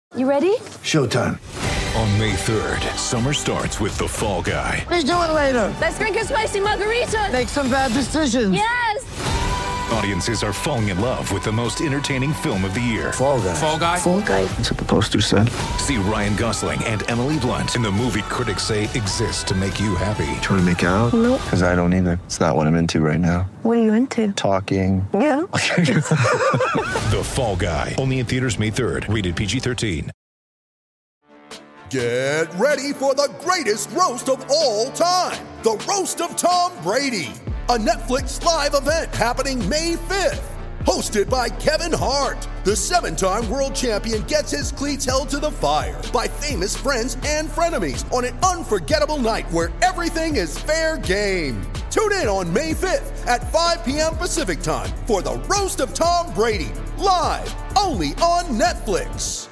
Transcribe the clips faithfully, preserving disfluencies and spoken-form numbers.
You ready? Showtime. On May third, summer starts with The Fall Guy. Let's do it later. Let's drink a spicy margarita. Make some bad decisions. Yes! Audiences are falling in love with the most entertaining film of the year. Fall Guy. Fall Guy? Fall Guy. That's what the poster said. See Ryan Gosling and Emily Blunt in the movie critics say exists to make you happy. Trying to make it out? Nope. Because I don't either. It's not what I'm into right now. What are you into? Talking. Yeah. The Fall Guy. Only in theaters May third. Rated P G thirteen. Get ready for the greatest roast of all time. The Roast of Tom Brady. A Netflix live event happening May fifth. Hosted by Kevin Hart. The seven-time world champion gets his cleats held to the fire by famous friends and frenemies on an unforgettable night where everything is fair game. Tune in on May fifth at five p.m. Pacific time for the Roast of Tom Brady. Live only on Netflix.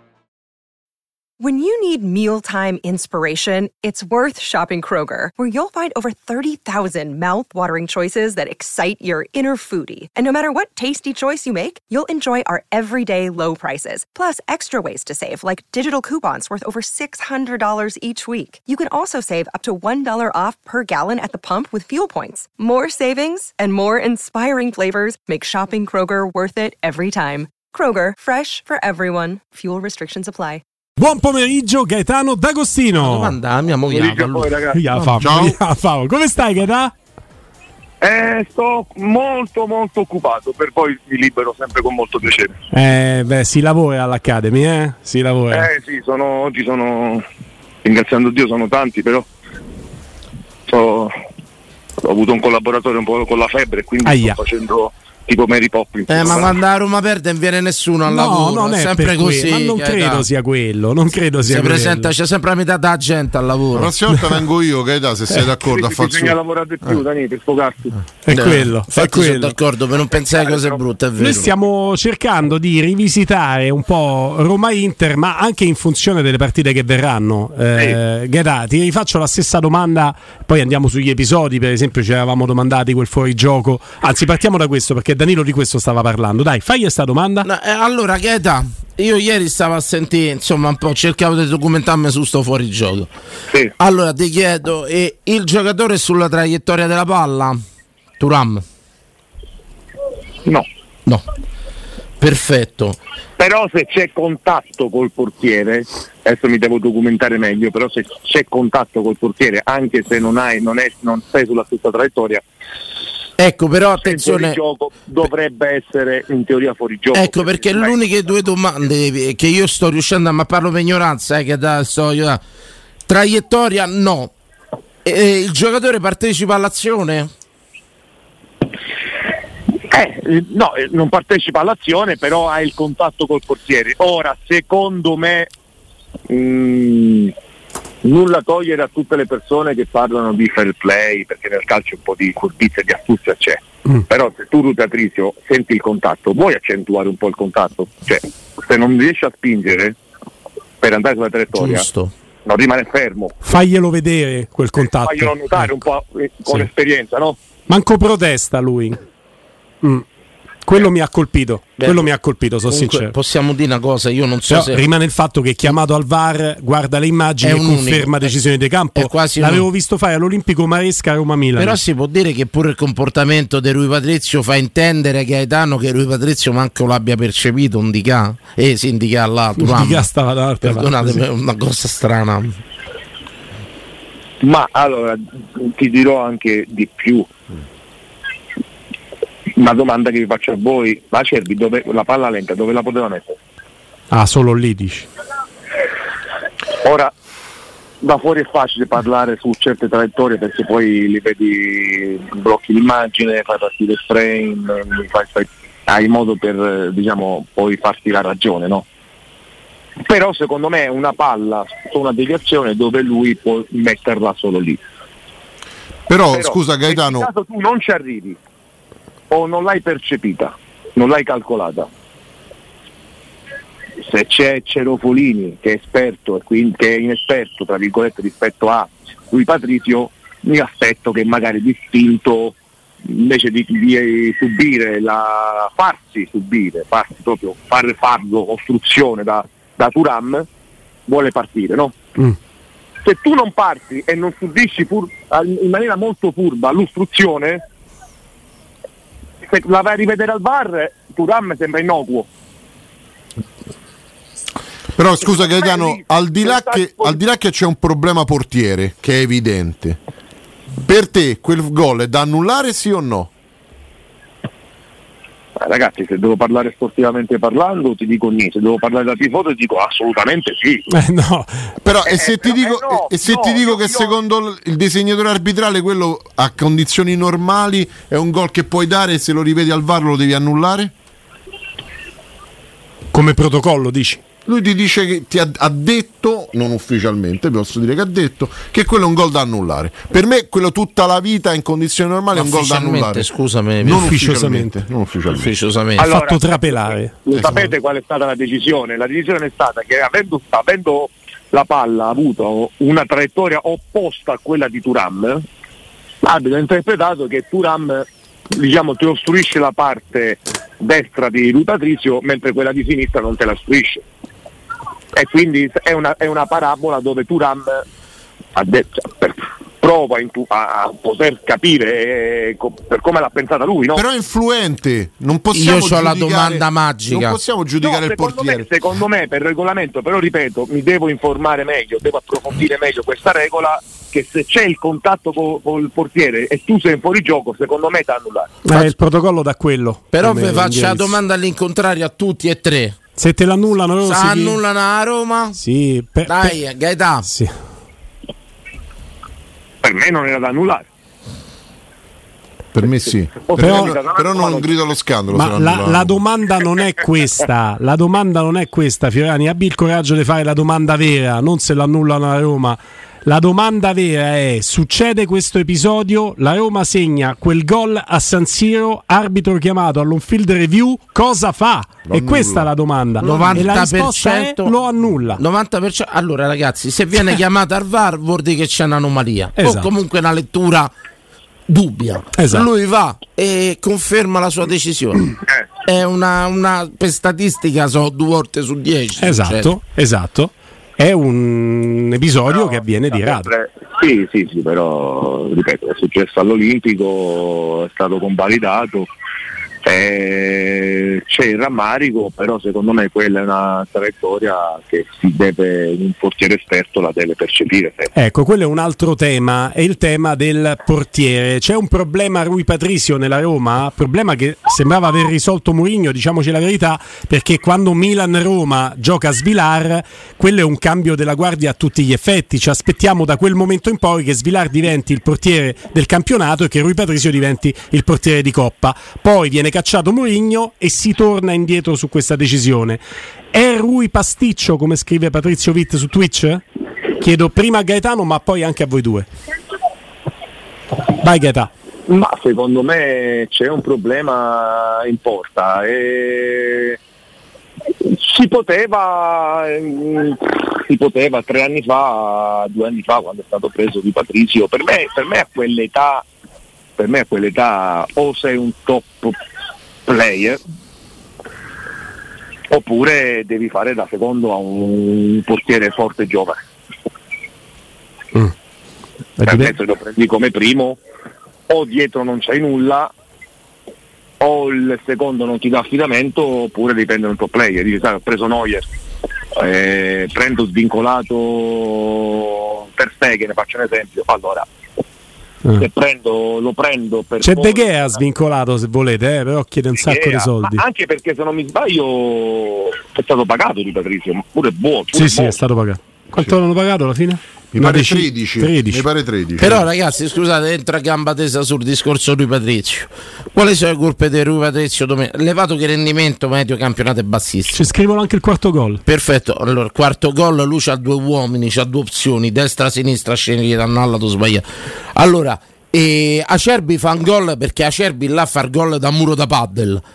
When you need mealtime inspiration, it's worth shopping Kroger, where you'll find over thirty thousand mouth-watering choices that excite your inner foodie. And no matter what tasty choice you make, you'll enjoy our everyday low prices, plus extra ways to save, like digital coupons worth over six hundred dollars each week. You can also save up to one dollar off per gallon at the pump with fuel points. More savings and more inspiring flavors make shopping Kroger worth it every time. Kroger, fresh for everyone. Fuel restrictions apply. Buon pomeriggio Gaetano D'Agostino. Manda mia moglie. Poi, ragazzi. Io la famo, Ciao. io la famo. Come stai Gaetano? Eh, sto molto molto occupato, per poi mi libero sempre con molto piacere. Eh, beh, si lavora all'Academy, eh? Si lavora. Eh sì, sono, oggi sono, ringraziando Dio, sono tanti, però so, ho avuto un collaboratore un po' con la febbre, quindi Aia. sto facendo tipo Mary Poppins. Eh, ma quando la Roma perde non viene nessuno al No, lavoro, non è sempre per così. que- ma non Gaetano. credo sia quello, non credo sia Si quello. presenta, c'è sempre la metà della gente al lavoro. La prossima volta vengo io, Gaeta, se sei d'accordo a far Bisogna su. lavorare di più, Dani, per sfogarsi. È quello, è Infatti sono quello. d'accordo per non pensare a cose brutte, è vero. Noi stiamo cercando di rivisitare un po' Roma-Inter, ma anche in funzione delle partite che verranno. Eh, Gaeta, ti rifaccio la stessa domanda, poi andiamo sugli episodi. Per esempio, ci eravamo domandati quel fuorigioco. Anzi, partiamo da questo, perché Danilo di questo stava parlando. Dai, fagli questa domanda. No, eh, allora Gaeta, io ieri stavo a sentire, insomma, un po' cercavo di documentarmi su sto fuorigioco. Sì. Allora ti chiedo, eh, il giocatore è sulla traiettoria della palla? Thuram? No. No. Perfetto. Però se c'è contatto col portiere, adesso mi devo documentare meglio, però se c'è contatto col portiere, anche se non hai, non, è, non sei sulla stessa traiettoria, Ecco, però il attenzione. fuorigioco dovrebbe essere in teoria fuorigioco. Ecco perché le uniche due domande che io sto riuscendo a, ma parlo per ignoranza, eh, che da, sto, io, traiettoria no. E, il giocatore partecipa all'azione? Eh, no, non partecipa all'azione, però ha il contatto col portiere. Ora, secondo me, mh, nulla togliere a tutte le persone che parlano di fair play, perché nel calcio un po' di furbizia e di astuzia c'è. Mm. Però se tu, Patrizio, senti il contatto, vuoi accentuare un po' il contatto? Cioè, se non riesci a spingere per andare sulla traiettoria, Giusto. non rimane fermo. Faglielo vedere quel contatto. Faglielo notare, Ecco. un po' eh, con Sì. esperienza, no? Manco protesta lui. Mm. Quello mi ha colpito. Beh, Quello mi ha colpito, sono Comunque, sincero. possiamo dire una cosa, io non so Però se rimane il fatto che chiamato al V A R, guarda le immagini È e un conferma unico. decisione di campo. È quasi L'avevo un- visto fare all'Olimpico Maresca Roma-Milan. però si può dire che pure il comportamento di Rui Patrizio fa intendere che Gaetano che Rui Patrizio manco l'abbia percepito un dica. Eh sì, un dica là, Thuram. Dica stava dall'altra parte, Perdonatemi, sì. è una cosa strana. Ma allora ti dirò anche di più. Una domanda che vi faccio a voi: la Cerbi, dove, la palla lenta, dove la poteva mettere? Ah, solo lì dici. Ora, da fuori è facile parlare su certe traiettorie perché poi li vedi, blocchi l'immagine, fai partire il frame, fai, fai, hai modo per, diciamo, poi farti la ragione, no? Però secondo me è una palla su una deviazione dove lui può metterla solo lì. Però, Però, scusa Gaetano, in caso tu non ci arrivi o non l'hai percepita, non l'hai calcolata, se c'è Cerofolini che è esperto e quindi che è inesperto tra virgolette rispetto a lui Patrizio, mi aspetto che magari distinto invece di, di subire la farsi subire, farsi proprio fare farlo ostruzione da, da Thuram vuole partire, no? Mm. Se tu non parti e non subisci fur- in maniera molto furba l'ostruzione, se la vai a rivedere al V A R, Thuram sembra innocuo. Però scusa Gaetano, al di là che, al di là che c'è un problema portiere, che è evidente, per te quel gol è da annullare sì o no? Eh, ragazzi, se devo parlare sportivamente parlando ti dico niente, se devo parlare da tifoso ti dico assolutamente sì. Eh, no. Però e se Eh, ti però, dico, eh, no, e se no, ti dico io- che io- secondo il disegnatore arbitrale quello a condizioni normali è un gol che puoi dare e se lo rivedi al V A R lo devi annullare? Come protocollo dici? Lui ti dice che ti ha, ha detto, non ufficialmente, posso dire che ha detto, che quello è un gol da annullare. Per me quello tutta la vita in condizioni normali è un gol da annullare. Scusami, non ufficiosamente. ufficialmente. Non ufficialmente. ufficiosamente. Allora, fatto trapelare. Lo Esatto. sapete qual è stata la decisione? La decisione è stata che avendo, avendo la palla avuto una traiettoria opposta a quella di Thuram, l'arbitro ha interpretato che Thuram, diciamo, ti ostruisce la parte destra di Rui Patricio mentre quella di sinistra non te la ostruisce. E quindi è una, è una parabola dove Thuram ha detto, per, prova in tu, a, a poter capire eh, co, per come l'ha pensata lui, no? Però è influente, non possiamo Io ho la giudicare- domanda magica. Non possiamo giudicare No, il secondo portiere. me, secondo me per regolamento, però ripeto, mi devo informare meglio, devo approfondire meglio questa regola, che se c'è il contatto co- con il portiere e tu sei in fuorigioco, secondo me ti annullare. Eh, il protocollo da quello. Però come vi faccio la indirizzo. domanda all'incontrario a tutti e tre. Se te l'annullano loro Se si- annullano a Roma? Sì, per, Dai, per- Gaetà. sì. Per me non era da annullare. Per me sì. Però- Però, però non grido allo scandalo. se Ma lo la, annullano. la domanda non è questa. La domanda non è questa, Fiorani. Abbi il coraggio di fare la domanda vera, non se l'annullano a Roma. La domanda vera è: succede questo episodio, la Roma segna quel gol a San Siro, arbitro chiamato all'on-field review, cosa fa? Lo E annulla. questa è la domanda. novanta E la per risposta cento è: lo annulla. novanta per cento. Allora ragazzi, se viene chiamata al V A R vuol dire che c'è un'anomalia Esatto. o comunque una lettura dubbia. Esatto. Lui va e conferma la sua decisione. È una, una per statistica so due volte su dieci. Esatto, Cioè, esatto. È un episodio No, che avviene di rado. sempre- Sì, sì, sì, però ripeto, è successo all'Olimpico, è stato convalidato, eh, c'è il rammarico, però secondo me quella è una traiettoria che si deve, un portiere esperto la deve percepire sempre. Ecco, quello è un altro tema, è il tema del portiere. C'è un problema a Rui Patricio nella Roma, problema che sembrava aver risolto Mourinho, diciamoci la verità, perché quando Milan-Roma gioca a Svilar, quello è un cambio della guardia a tutti gli effetti. Ci aspettiamo da quel momento in poi che Svilar diventi il portiere del campionato e che Rui Patricio diventi il portiere di Coppa. Poi viene cacciato Mourinho e si torna indietro su questa decisione. È Rui pasticcio, come scrive Patrizio Witt su Twitch? Chiedo prima a Gaetano ma poi anche a voi due. Vai Gaetà. Ma secondo me c'è un problema in porta e si poteva mm, si poteva tre anni fa, due anni fa quando è stato preso di Patrizio, per me, per me a quell'età per me a quell'età o sei un top player oppure devi fare da secondo a un portiere forte e giovane. Mm. Per me se lo prendi come primo o dietro non c'hai nulla o il secondo non ti dà affidamento oppure devi prendere un top player. Dici, sai, ho preso Neuer, eh, prendo svincolato Ter Stegen, faccio un esempio, allora Mm. se prendo, lo prendo per C'è poi- De Gea svincolato se volete, eh, però chiede un sacco Gea, di soldi. ma anche perché se non mi sbaglio è stato pagato di Patrizio, pure buono, pure Sì, sì, buono. è stato pagato. Quanto l'hanno pagato alla fine? Mi Una pare deci- tredici. tredici. Mi pare tredici. Però ragazzi, scusate, entra a gamba tesa sul discorso Rui Patrizio. Quali sono le colpe di Rui Patrizio domenica? Levato che il rendimento medio campionato è bassissimo. Ci scrivono anche il quarto gol. Perfetto, allora il quarto gol lui c'ha due uomini, c'ha due opzioni, destra sinistra, scegli da un allato sbagliato. Allora, e Acerbi fa un gol perché Acerbi là fa il gol da muro da paddle.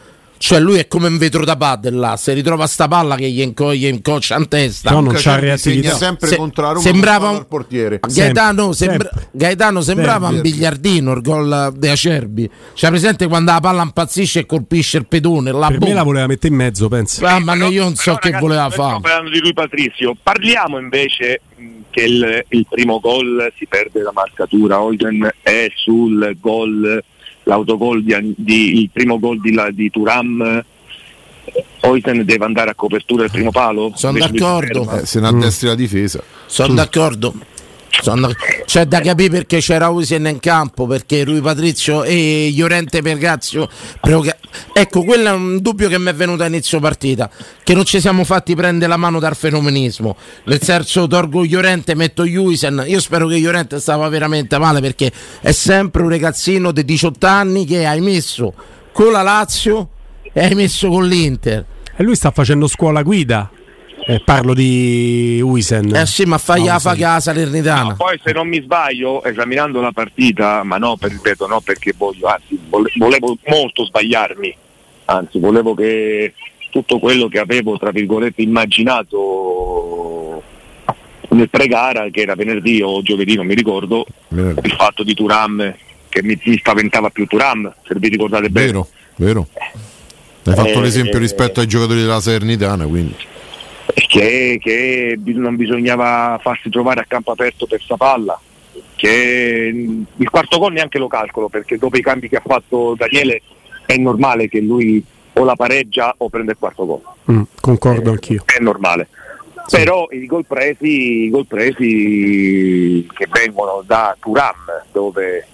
Cioè lui è come un vetro da padel là, se ritrova sta palla che gli, inco- gli incoccia in testa. No, non c'ha reattività. sempre Se- contro la Roma, sembrava non un al portiere. Gaetano, Sempre, sembra- sempre. Gaetano sembrava Sempre. un biliardino, il gol di Acerbi. C'è presente quando la palla impazzisce e colpisce il pedone? La Per boom. me la voleva mettere in mezzo, penso. Ah, ma io non so Però, che ragazzi, voleva noi stiamo fare. parlando di lui Patrizio, parliamo invece mh, che il, il primo gol si perde la marcatura. Oisen è sul gol, l'autogol di, di il primo gol di, la, di Thuram. Oisen deve andare a copertura del primo palo. Sono Invece d'accordo. lui si Eh, se ne addestri la difesa. Sono d'accordo. Sono d'ac- C'è da capire perché c'era Usen in campo, perché Rui Patrizio e Llorente Pergazio preoga- ecco, quello è un dubbio che mi è venuto a inizio partita, che non ci siamo fatti prendere la mano dal fenomenismo, nel senso tolgo Llorente, metto Usen. Io spero che Llorente stava veramente male, perché è sempre un ragazzino di diciotto anni che hai messo con la Lazio e hai messo con l'Inter. E lui sta facendo scuola guida. Eh, parlo di Uisen. Eh sì, ma fai No, la sì. faga la Salernitana. No, poi se non mi sbaglio, esaminando la partita, ma no, per, ripeto, no perché voglio, anzi, vole- volevo molto sbagliarmi, anzi volevo che tutto quello che avevo, tra virgolette, immaginato nel pre-gara, che era venerdì o giovedì, non mi ricordo, Venerdì. il fatto di Thuram, che mi, mi spaventava più Thuram, se vi ricordate bene. Vero, vero. Hai fatto Eh, l'esempio rispetto ai giocatori della Salernitana, quindi. Che, che bi- non bisognava farsi trovare a campo aperto per sta palla, che mh, il quarto gol neanche lo calcolo, perché dopo i cambi che ha fatto Daniele è normale che lui o la pareggia o prende il quarto gol. Mm, concordo anch'io. È normale. Però i gol presi, i gol presi che vengono da Thuram, dove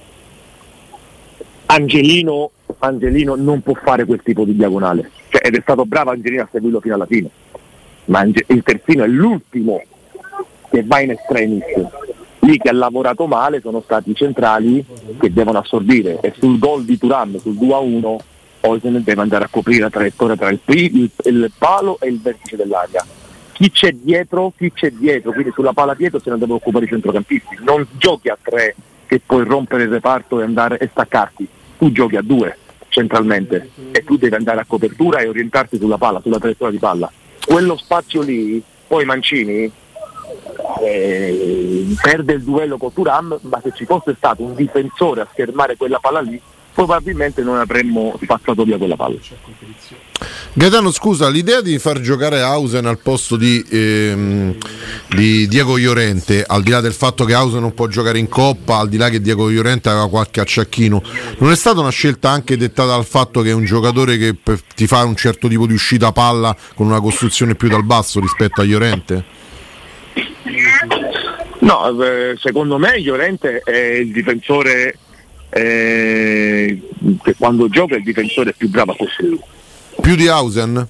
Angelino, Angelino non può fare quel tipo di diagonale, cioè, ed è stato bravo Angelino a seguirlo fino alla fine, ma Ange- il terzino è l'ultimo che va in extremis. Lì che ha lavorato male sono stati i centrali che devono assorbire, e sul gol di Thuram, sul due a uno, Oisen deve andare a coprire la traiettoria tra il, il, il palo e il vertice dell'area. Chi c'è dietro, chi c'è dietro, quindi sulla palla dietro se ne devono occupare i centrocampisti. Non giochi a tre che puoi rompere il reparto e andare e staccarti, tu giochi a due centralmente e tu devi andare a copertura e orientarti sulla palla, sulla traiettoria di palla. Quello spazio lì, poi Mancini eh, perde il duello con Thuram, ma se ci fosse stato un difensore a schermare quella palla lì, probabilmente non avremmo spazzato via quella palla. Gaetano, scusa, l'idea di far giocare Hausen al posto di, ehm, di Diego Llorente, al di là del fatto che Hausen non può giocare in Coppa, al di là che Diego Llorente aveva qualche acciacchino, non è stata una scelta anche dettata dal fatto che è un giocatore che per- ti fa un certo tipo di uscita palla con una costruzione più dal basso rispetto a Llorente? No, eh, secondo me Llorente è il difensore eh, che quando gioca è il difensore più bravo a costruire. Più di Hausen?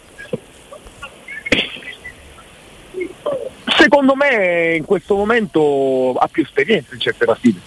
Secondo me in questo momento ha più esperienza in certe partite.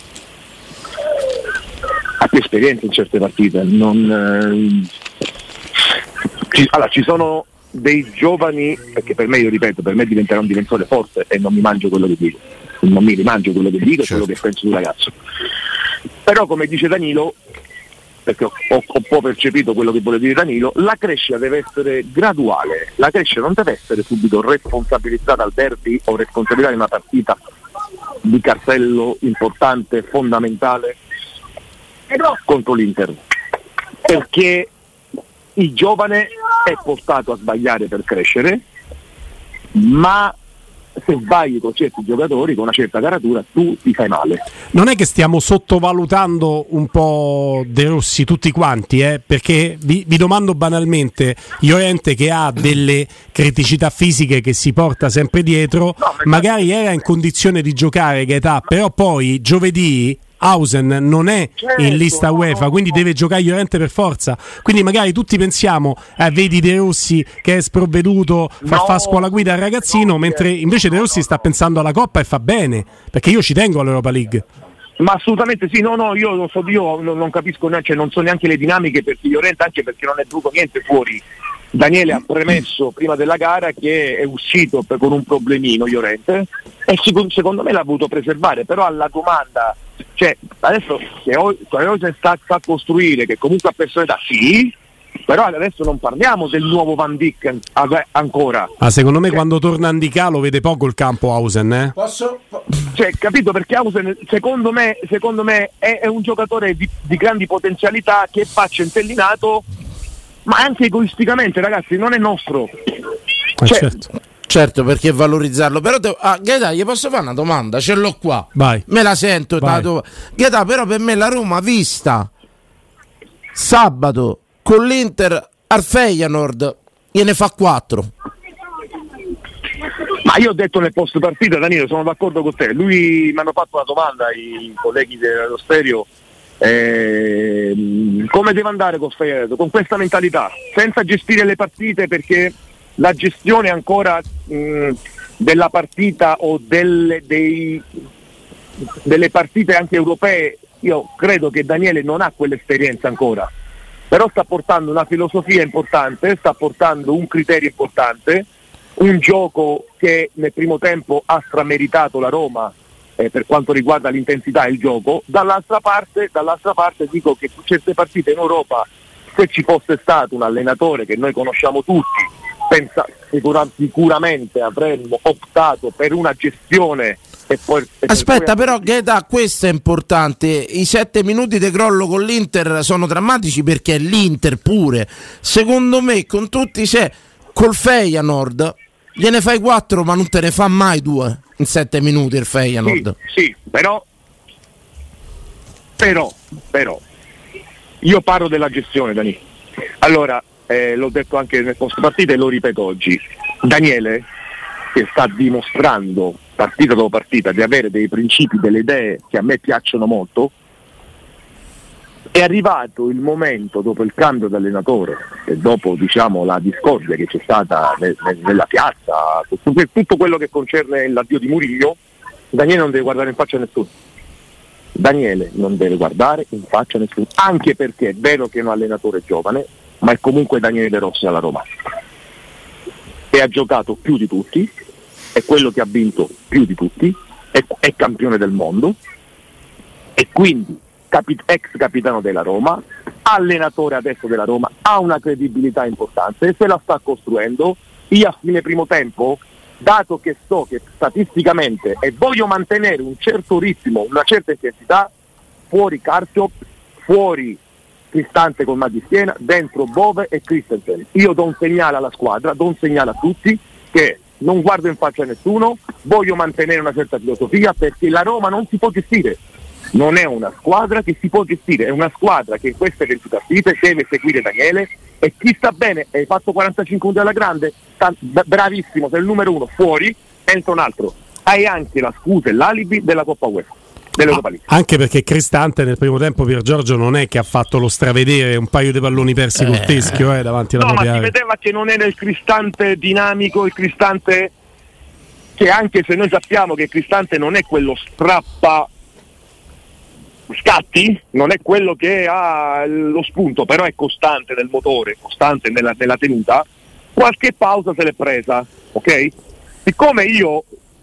Ha più esperienza in certe partite. Non, eh, ci, allora, ci sono dei giovani, perché per me, io ripeto, per me diventerà un difensore forte e non mi mangio quello che dico. Non mi rimangio quello che dico e Certo. quello che penso sul ragazzo. Però come dice Danilo, perché ho, ho un po' percepito quello che vuole dire Danilo, la crescita deve essere graduale, la crescita non deve essere subito responsabilizzata al derby o responsabilità di una partita di cartello importante, fondamentale contro l'Inter, perché il giovane è portato a sbagliare per crescere, ma se sbagli con certi giocatori, con una certa caratura, tu ti fai male. Non è che stiamo sottovalutando un po' De Rossi tutti quanti, eh? Perché vi, vi domando banalmente, Llorente che ha delle criticità fisiche che si porta sempre dietro, No, magari era in condizione di giocare Gaetà, però poi giovedì Hausen non è Certo, in lista UEFA, no, quindi no. deve giocare Llorente per forza. Quindi magari tutti pensiamo, eh, vedi De Rossi che è sprovveduto, fa, No, fa scuola guida al ragazzino, no, mentre invece De Rossi sta pensando alla Coppa e fa bene, perché io ci tengo all'Europa League. Ma assolutamente sì, no, no, io, non so, io non, non capisco neanche, cioè non so neanche le dinamiche per Llorente, anche perché non è venuto niente fuori. Daniele ha premesso prima della gara che è uscito per, con un problemino Llorente e secondo, secondo me l'ha voluto preservare, però alla domanda, cioè adesso se Oisen sta, sta a costruire, che comunque ha personalità, sì, però adesso non parliamo del nuovo Van Dijk ancora. Ah, secondo me cioè, quando torna Ndicà lo vede poco il campo Hausen, eh? Posso? Cioè, capito, perché Hausen secondo me, secondo me è, è un giocatore di, di grandi potenzialità che va centellinato, ma anche egoisticamente, ragazzi, non è nostro. Ah, cioè, certo. Certo, perché valorizzarlo. Però te, ah, Gaeta, gli posso fare una domanda? Ce l'ho qua. Vai. Me la sento. Gaeta, però per me la Roma vista sabato con l'Inter al Feyenoord gliene fa quattro. Ma io ho detto nel post partita, Danilo, sono d'accordo con te. Lui mi hanno fatto una domanda, i colleghi dello Stereo, eh, come deve andare con Feyenoord? Con questa mentalità, senza gestire le partite, perché la gestione ancora mh, della partita o delle, dei, delle partite anche europee, io credo che Daniele non ha quell'esperienza ancora, però sta portando una filosofia importante, sta portando un criterio importante, un gioco che nel primo tempo ha strameritato la Roma eh, per quanto riguarda l'intensità e il gioco. Dall'altra parte, dall'altra parte dico che su certe partite in Europa, se ci fosse stato un allenatore che noi conosciamo tutti, pensa, sicura, sicuramente avremmo optato per una gestione. E poi, e Aspetta, poi... però Gaeta, questo è importante. I sette minuti di crollo con l'Inter sono drammatici perché è l'Inter pure. Secondo me, con tutti, se col Feyenoord gliene fai quattro, ma non te ne fa mai due in sette minuti il Feyenoord. Sì, sì, però, però, però, io parlo della gestione, Dani. Allora, eh, l'ho detto anche nel post partita e lo ripeto oggi. Daniele, che sta dimostrando partita dopo partita di avere dei principi, delle idee che a me piacciono molto, è arrivato il momento, dopo il cambio di allenatore e dopo, diciamo, la discordia che c'è stata ne, ne, nella piazza, tutto, tutto quello che concerne l'addio di Murillo, Daniele non deve guardare in faccia a nessuno. Daniele non deve guardare in faccia a nessuno, anche perché è vero che è un allenatore giovane, ma è comunque Daniele De Rossi alla Roma e ha giocato più di tutti, è quello che ha vinto più di tutti, è, è campione del mondo e quindi capi, ex capitano della Roma, allenatore adesso della Roma, ha una credibilità importante, se la sta costruendo. Io a fine primo tempo, dato che so che statisticamente e voglio mantenere un certo ritmo, una certa intensità, fuori Carcio, fuori Cristante col mal di schiena, dentro Bove e Christensen. Io do un segnale alla squadra, do un segnale a tutti che non guardo in faccia a nessuno, voglio mantenere una certa filosofia, perché la Roma non si può gestire, non è una squadra che si può gestire, è una squadra che in queste venti partite deve seguire Daniele, e chi sta bene, hai fatto quarantacinque punti alla grande, sta, bravissimo, sei il numero uno, fuori entra un altro, hai anche la scusa e l'alibi della Coppa UEFA. Ah, anche perché Cristante nel primo tempo, Pier Giorgio, non è che ha fatto lo stravedere, un paio di palloni persi col teschio eh, davanti alla no, propria ma si vedeva che non era il Cristante dinamico, il Cristante che, anche se noi sappiamo che il Cristante non è quello strappa scatti, non è quello che ha lo spunto, però è costante nel motore, costante nella, nella tenuta, qualche pausa se l'è presa, ok? Siccome io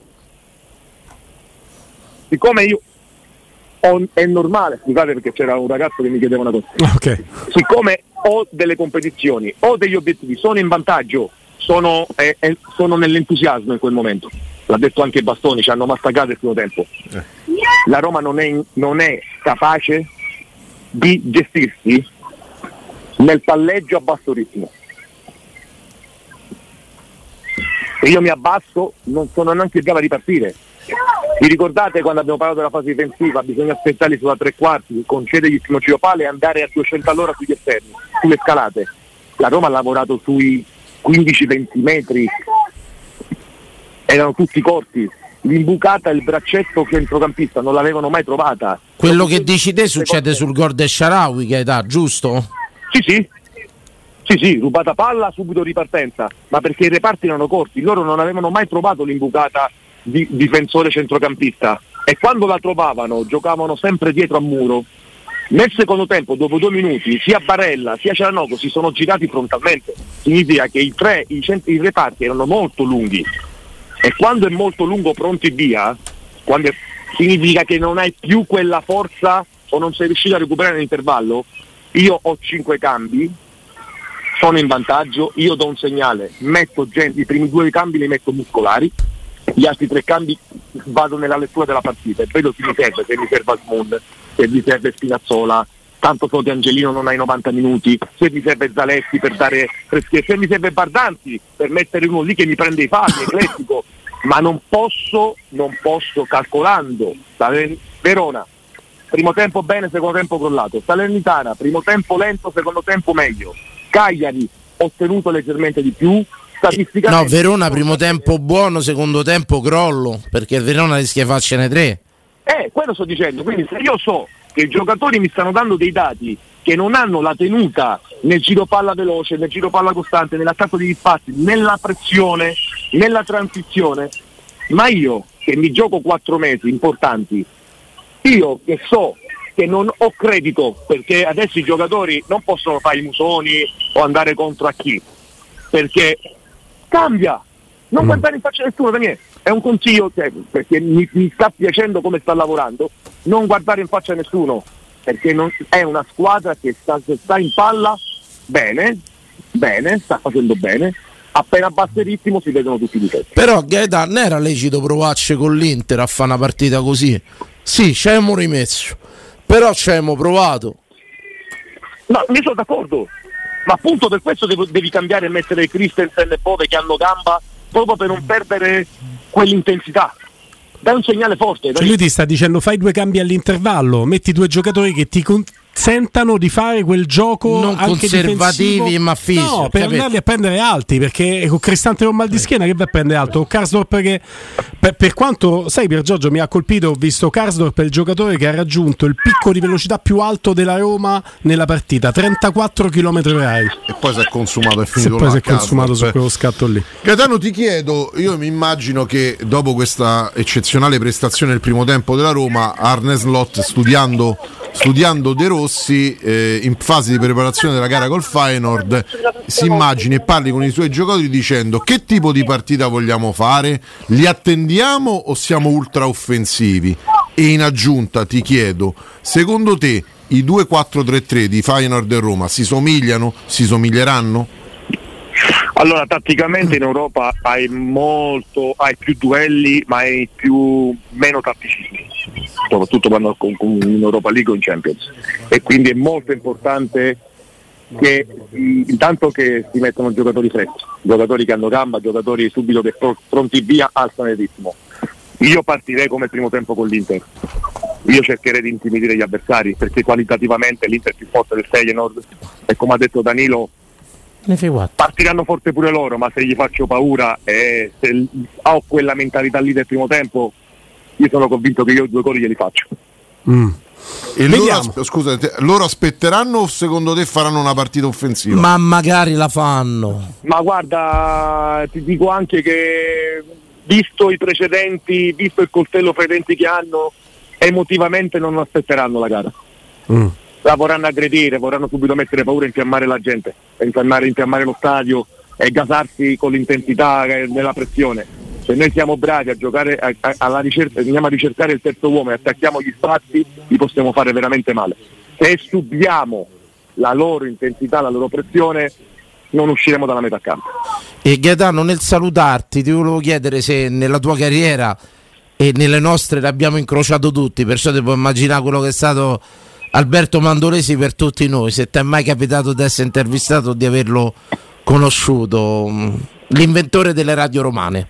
siccome io è normale, scusate perché c'era un ragazzo che mi chiedeva una cosa, okay. Siccome ho delle competizioni, ho degli obiettivi, sono in vantaggio, sono, eh, eh, sono nell'entusiasmo in quel momento, l'ha detto anche Bastoni, ci hanno massacrato il primo tempo, eh. La Roma non è, non è capace di gestirsi nel palleggio a basso ritmo, se io mi abbasso non sono neanche in grado di partire. Vi ricordate quando abbiamo parlato della fase difensiva? Bisogna aspettarli sulla tre quarti, concedere il primo giro palla e andare a duecento all'ora sugli esterni, sulle scalate. La Roma ha lavorato sui quindici venti metri, erano tutti corti, l'imbucata e il braccetto centrocampista non l'avevano mai trovata. Quello che dici te succede sul gol del Shaarawy, che età, giusto? Sì, sì. Sì, sì, rubata palla, subito ripartenza, ma perché i reparti erano corti, loro non avevano mai trovato l'imbucata di difensore centrocampista, e quando la trovavano giocavano sempre dietro a muro. Nel secondo tempo, dopo due minuti, sia Barella sia Cialanoglu si sono girati frontalmente, significa che i tre i, cent- i reparti erano molto lunghi, e quando è molto lungo pronti via, quando è, significa che non hai più quella forza o non sei riuscito a recuperare l'intervallo. Io ho cinque cambi sono in vantaggio, io do un segnale, metto gente, i primi due cambi li metto muscolari, gli altri tre cambi vado nella lettura della partita e vedo chi mi serve, se mi serve Asmund, se mi serve Spinazzola, tanto so che Angelino non ha i novanta minuti, se mi serve Zaletti per dare freschezza, se mi serve Bardanzi per mettere uno lì che mi prende i falli, eclettico, ma non posso, non posso calcolando Verona, primo tempo bene, secondo tempo crollato, Salernitana, primo tempo lento, secondo tempo meglio, Cagliari ottenuto leggermente di più, statisticamente. No, Verona primo tempo buono, secondo tempo crollo, perché il Verona rischia di farcene tre. Eh, quello sto dicendo, quindi se io so che i giocatori mi stanno dando dei dati che non hanno la tenuta nel giro palla veloce, nel giro palla costante, nell'attacco di spazi, nella pressione, nella transizione, ma io che mi gioco quattro mesi importanti, io che so che non ho credito, perché adesso i giocatori non possono fare i musoni o andare contro a chi, perché cambia, non mm. guardare in faccia a nessuno, Daniele, è un consiglio, cioè, perché mi, mi sta piacendo come sta lavorando, non guardare in faccia a nessuno, perché non, è una squadra che sta, che sta in palla bene, bene, sta facendo bene, appena abbassa il ritmo si vedono tutti i difetti. Però Gaetano, non era lecito provarci con l'Inter a fare una partita così? Sì, ci abbiamo rimesso, però ci abbiamo provato. No, ne sono d'accordo, ma appunto per questo devo, devi cambiare e mettere Christensen e Bove che hanno gamba, proprio per non perdere quell'intensità. Dai un segnale forte. Cioè lui ti sta dicendo fai due cambi all'intervallo, metti due giocatori che ti consentano di fare quel gioco non anche conservativi difensivo. ma fisici. No, per capito? andarli a prendere alti, perché con Cristante con mal di schiena che va a prendere alto, con Karsdorp che per, per quanto, sai, Pier Giorgio mi ha colpito, ho visto Karsdorp il giocatore che ha raggiunto il picco di velocità più alto della Roma nella partita, trentaquattro chilometri orari. E poi si è consumato, è finito e poi là si è consumato Karsdorp. su quello scatto lì. Gaetano, ti chiedo, io mi immagino che dopo questa eccezionale prestazione nel primo tempo della Roma, Arne Slot, studiando, studiando De Rossi eh, in fase di preparazione della gara col Feyenoord, si immagini e parli con i suoi giocatori dicendo che tipo di partita vogliamo fare, li attendiamo o siamo ultra offensivi? E in aggiunta ti chiedo, secondo te i due quattro tre tre di Feyenoord e Roma si somigliano, si somiglieranno? Allora, tatticamente in Europa hai molto, hai più duelli, ma hai più meno tatticismi, soprattutto quando con, con in Europa League o in Champions. E quindi è molto importante che intanto che si mettono giocatori freschi, giocatori che hanno gamba, giocatori subito che pr- pronti via alzano il ritmo. Io partirei come primo tempo con l'Inter. Io cercherei di intimidire gli avversari, perché qualitativamente l'Inter è più forte del Feyenoord e come ha detto Danilo partiranno forte pure loro, ma se gli faccio paura e se ho quella mentalità lì del primo tempo, io sono convinto che io due gol glieli faccio. Mm. E loro, scusate, loro aspetteranno o secondo te faranno una partita offensiva? Ma magari la fanno. Ma guarda, ti dico anche che visto i precedenti, visto il coltello fra i denti che hanno, emotivamente non aspetteranno la gara. Mm. La vorranno aggredire, vorranno subito mettere paura e infiammare la gente, infiammare, infiammare lo stadio e gasarsi con l'intensità nella pressione. Se noi siamo bravi a giocare a, a, alla ricerca, andiamo a ricercare il terzo uomo e attacchiamo gli spazi, li possiamo fare veramente male. Se subiamo la loro intensità, la loro pressione, non usciremo dalla metà campo. E Gaetano, nel salutarti ti volevo chiedere se nella tua carriera e nelle nostre l'abbiamo incrociato tutti, perciò ti puoi immaginare quello che è stato Alberto Mandolesi per tutti noi, se ti è mai capitato di essere intervistato o di averlo conosciuto, l'inventore delle radio romane.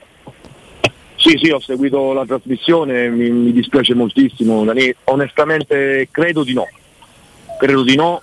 Sì, sì, ho seguito la trasmissione, mi, mi dispiace moltissimo, onestamente credo di no, credo di no,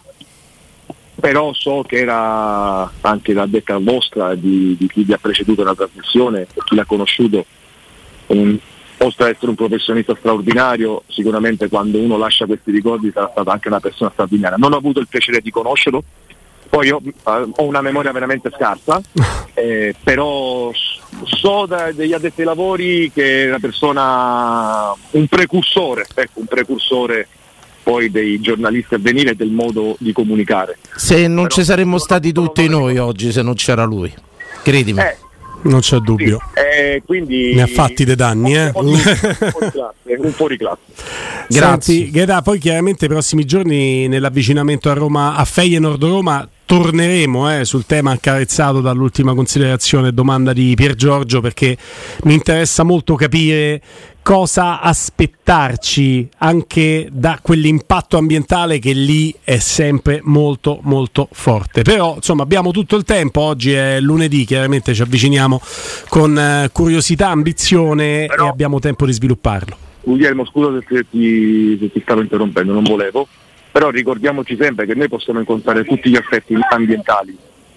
però so che era anche la detta vostra, di, di chi vi ha preceduto nella trasmissione, chi l'ha conosciuto, un, oltre ad essere un professionista straordinario, sicuramente quando uno lascia questi ricordi sarà stata anche una persona straordinaria. Non ho avuto il piacere di conoscerlo, poi io eh, ho una memoria veramente scarsa, eh, però so da, degli addetti ai lavori che è una persona, un precursore, ecco, un precursore poi dei giornalisti a venire e del modo di comunicare. Se non però, ci saremmo stati tutti noi oggi se non c'era lui, credimi. Eh, non c'è dubbio. Sì, eh, quindi ne ha fatti dei danni, eh? Un fuoriclasse, un fuoriclasse. Grazie. Gaeta, poi chiaramente i prossimi giorni nell'avvicinamento a Roma, a Feyenoord Roma, torneremo eh, sul tema accarezzato dall'ultima considerazione e domanda di Pier Giorgio, perché mi interessa molto capire cosa aspettarci anche da quell'impatto ambientale che lì è sempre molto molto forte. Però insomma abbiamo tutto il tempo, oggi è lunedì, chiaramente ci avviciniamo con eh, curiosità, ambizione Però, e abbiamo tempo di svilupparlo. Guglielmo, scusa se ti, se ti stavo interrompendo, non volevo, però ricordiamoci sempre che noi possiamo incontrare tutti gli aspetti ambientali,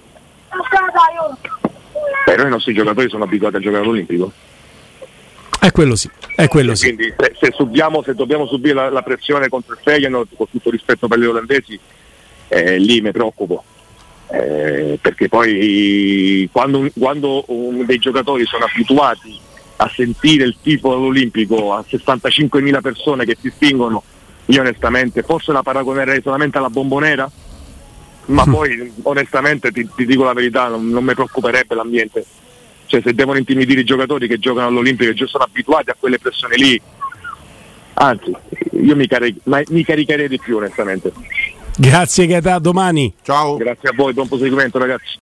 però i nostri giocatori sono abituati a giocare all'Olimpico. È quello sì, è quello sì. Quindi se, se, subiamo, se dobbiamo subire la, la pressione contro il Feyenoord, con tutto rispetto per gli olandesi, eh, lì mi preoccupo, eh, perché poi quando, quando un, dei giocatori sono abituati a sentire il tifo all'Olimpico a sessantacinquemila persone che si spingono, io onestamente forse la paragonerei solamente alla Bombonera, ma mm. poi onestamente ti, ti dico la verità, non, non mi preoccuperebbe l'ambiente. Cioè, se devono intimidire i giocatori che giocano all'Olimpico e già sono abituati a quelle pressioni lì, anzi io mi, caric- mi caricherei di più onestamente. Grazie Gaetà, domani. Ciao. Grazie a voi, buon proseguimento ragazzi.